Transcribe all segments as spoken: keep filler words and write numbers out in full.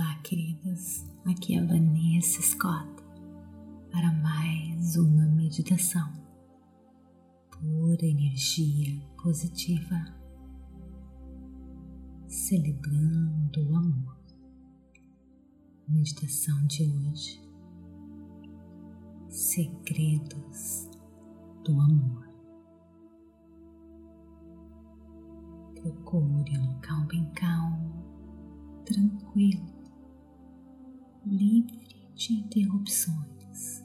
Olá, queridas, aqui é a Vanessa Scott para mais uma meditação pura energia positiva, celebrando o amor. A meditação de hoje, segredos do amor. Procure um local bem calmo, tranquilo, livre de interrupções.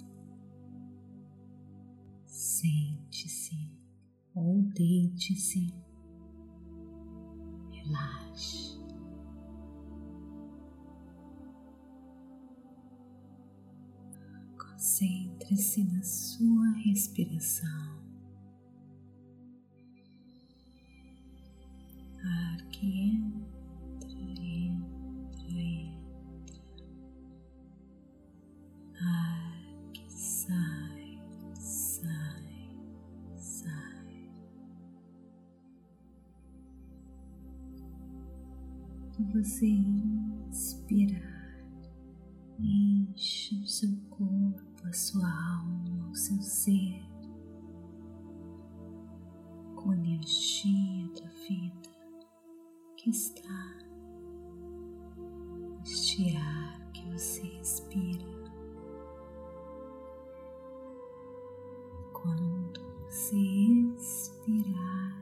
Sente-se ou deite-se, relaxe. Concentre-se na sua respiração. Ar que entra, entra, entra. Ar que sai, sai, sai. Quando você inspirar, enche o seu corpo, a sua alma, o seu ser com a energia da vida que está neste ar que você respira. Quando você expirar,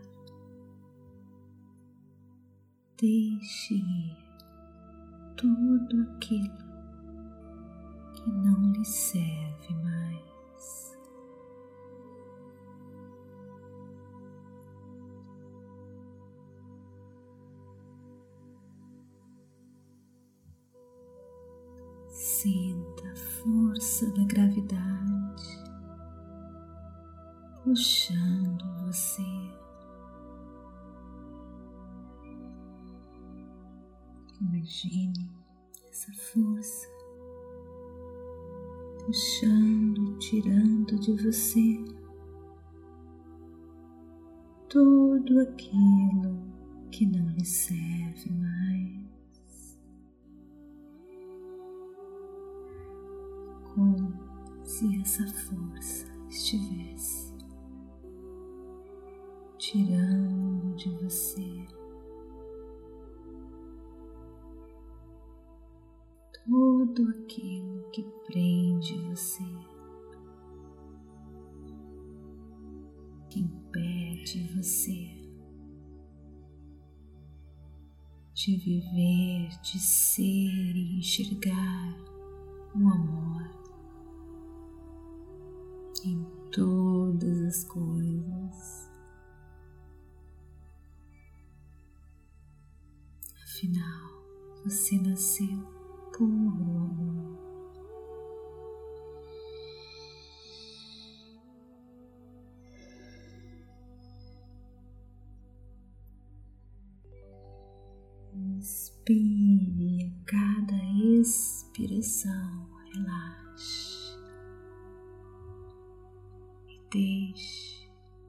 deixe ir tudo aquilo que não lhe serve mais. Sinta a força da gravidade puxando você. Imagine essa força puxando, tirando de você tudo aquilo que não lhe serve mais. Como se essa força estivesse tirando de você tudo aquilo que prende você, que impede você de viver, de ser e enxergar o amor em todas as coisas. Afinal, você nasceu por amor. Inspire a cada expiração, relaxe e deixe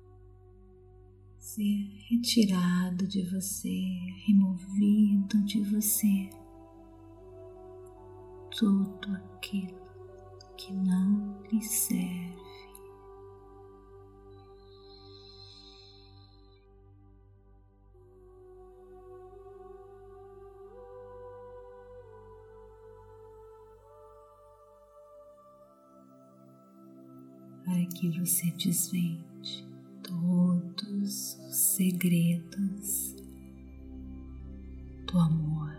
ser retirado de você, removido de você tudo aquilo que não lhe serve. Para que você desvende todos os segredos do amor.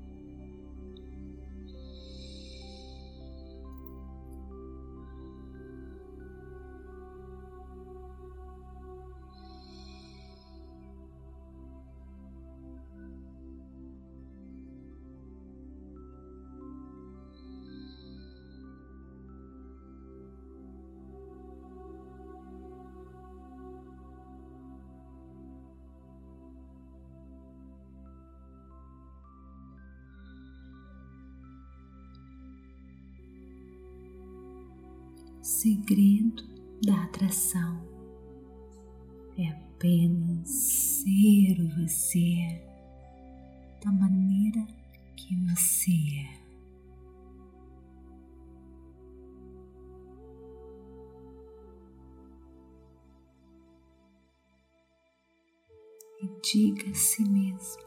Segredo da atração é apenas ser você da maneira que você é. e diga a si mesmo: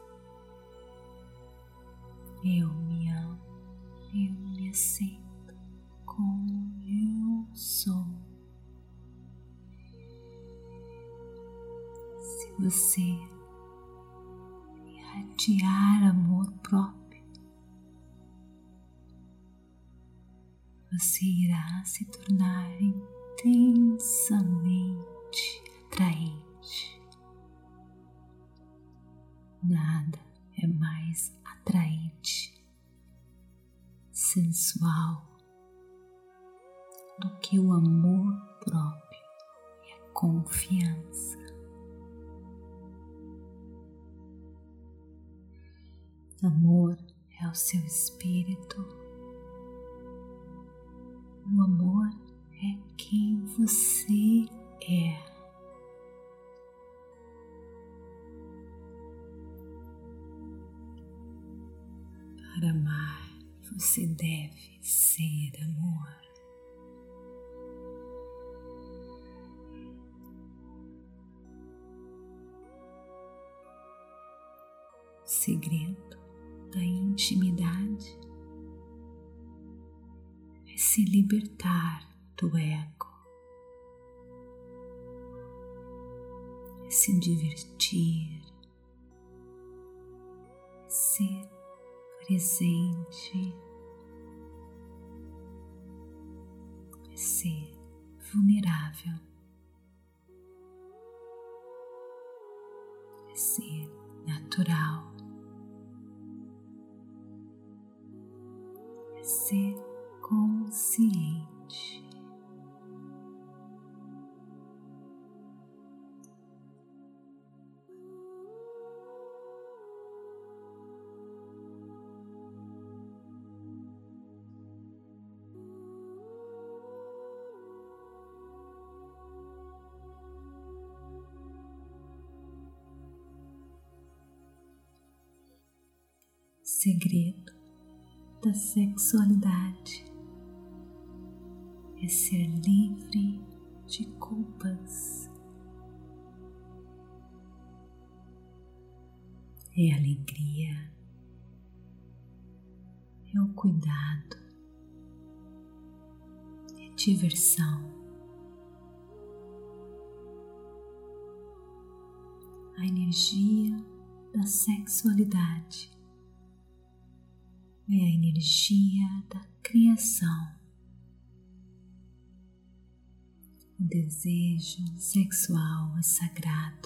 eu me amo, eu me aceito como eu sou. Se você irradiar amor próprio, você irá se tornar intensamente atraente. Nada é mais atraente, sensual, do que o amor próprio e a confiança. Amor é o seu espírito. O amor é quem você é. Para amar, você deve ser amor. O segredo da intimidade é se libertar do ego, é se divertir, é ser presente, é ser vulnerável, é ser natural, é ser consciente. Segredo da sexualidade é ser livre de culpas. É alegria, é o cuidado, é diversão. A energia da sexualidade é a energia da criação. O desejo sexual é sagrado.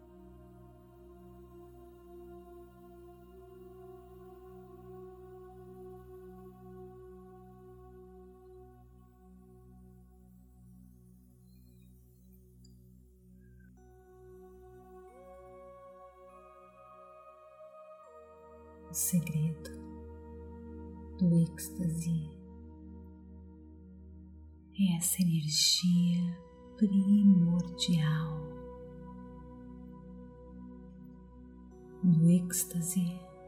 O segredo do êxtase é essa energia primordial. No êxtase,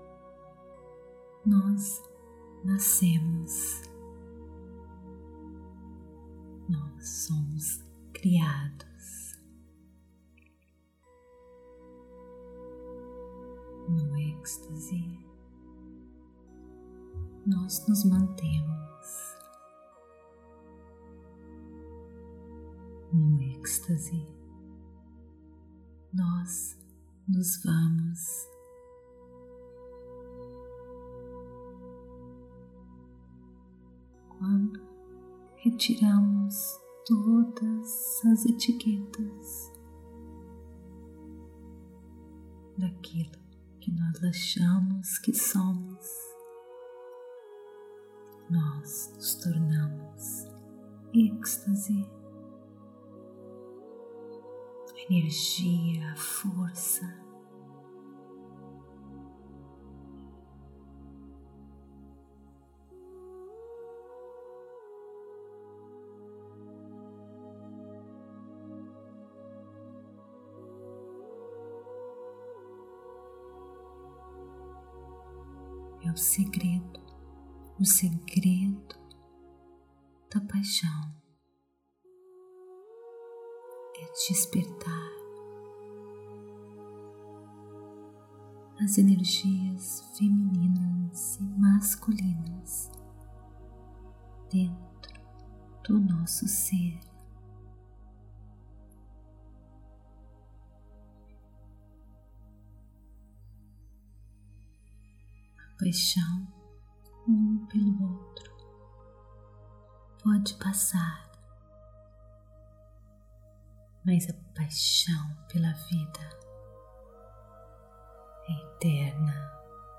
nós nascemos, nós somos criados. No êxtase, nós nos mantemos. No êxtase, nós nos vamos. Quando retiramos todas as etiquetas daquilo que nós achamos que somos, nós nos tornamos êxtase, a energia, a força. É o segredo, o segredo da paixão é despertar as energias femininas e masculinas dentro do nosso ser. A paixão um pelo outro pode passar, mas a paixão pela vida é eterna.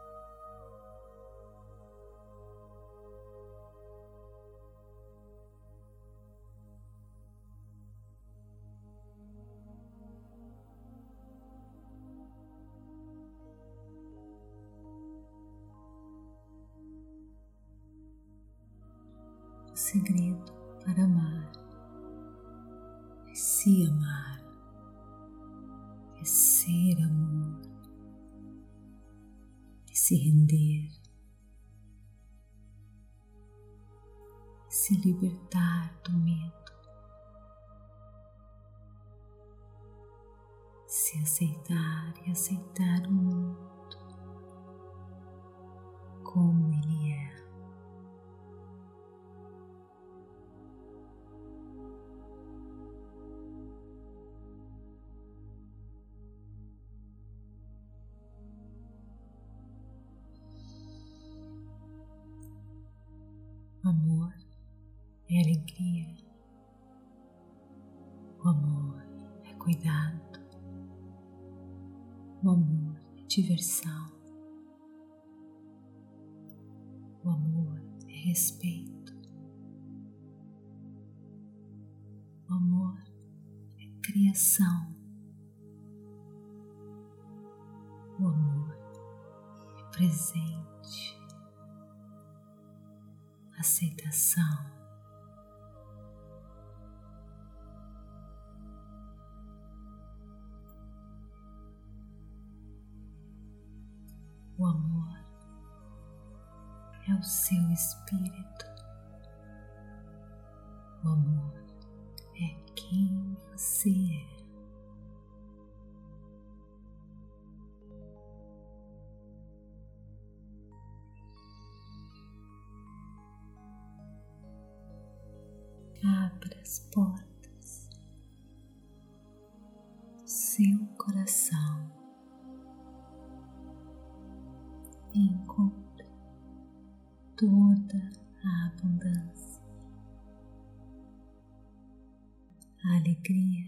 O segredo para amar é se amar, é ser amor, é se render, é se libertar do medo, se aceitar e aceitar o mundo como ele é. O amor é alegria, o amor é cuidado, o amor é diversão, o amor é respeito, o amor é criação, o amor é presente, aceitação. O amor é o seu espírito. O amor é quem você é. Abra as portas do seu coração e encontre toda a abundância, a alegria,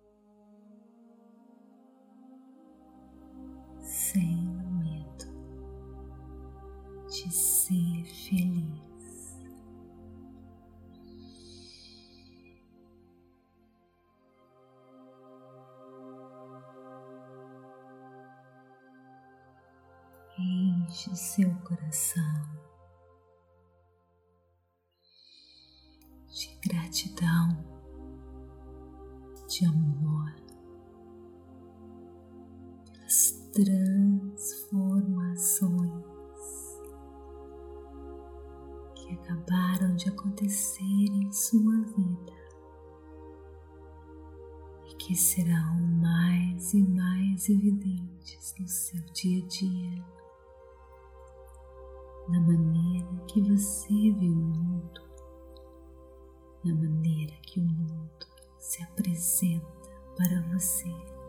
sem o medo de ser feliz. Enche o seu coração de gratidão, de amor, pelas transformações que acabaram de acontecer em sua vida e que serão mais e mais evidentes no seu dia a dia, na maneira que você vê o mundo, na maneira que o mundo se apresenta para você.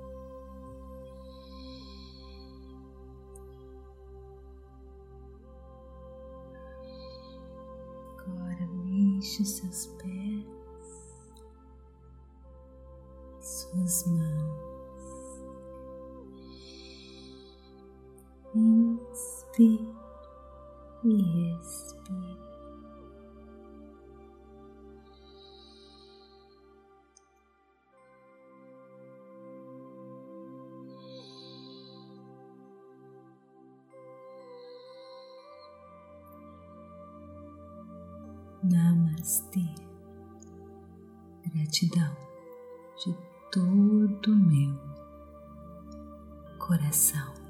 Agora mexa os seus pés, suas mãos. Inspire e expire. Namastê. Gratidão de todo o meu coração.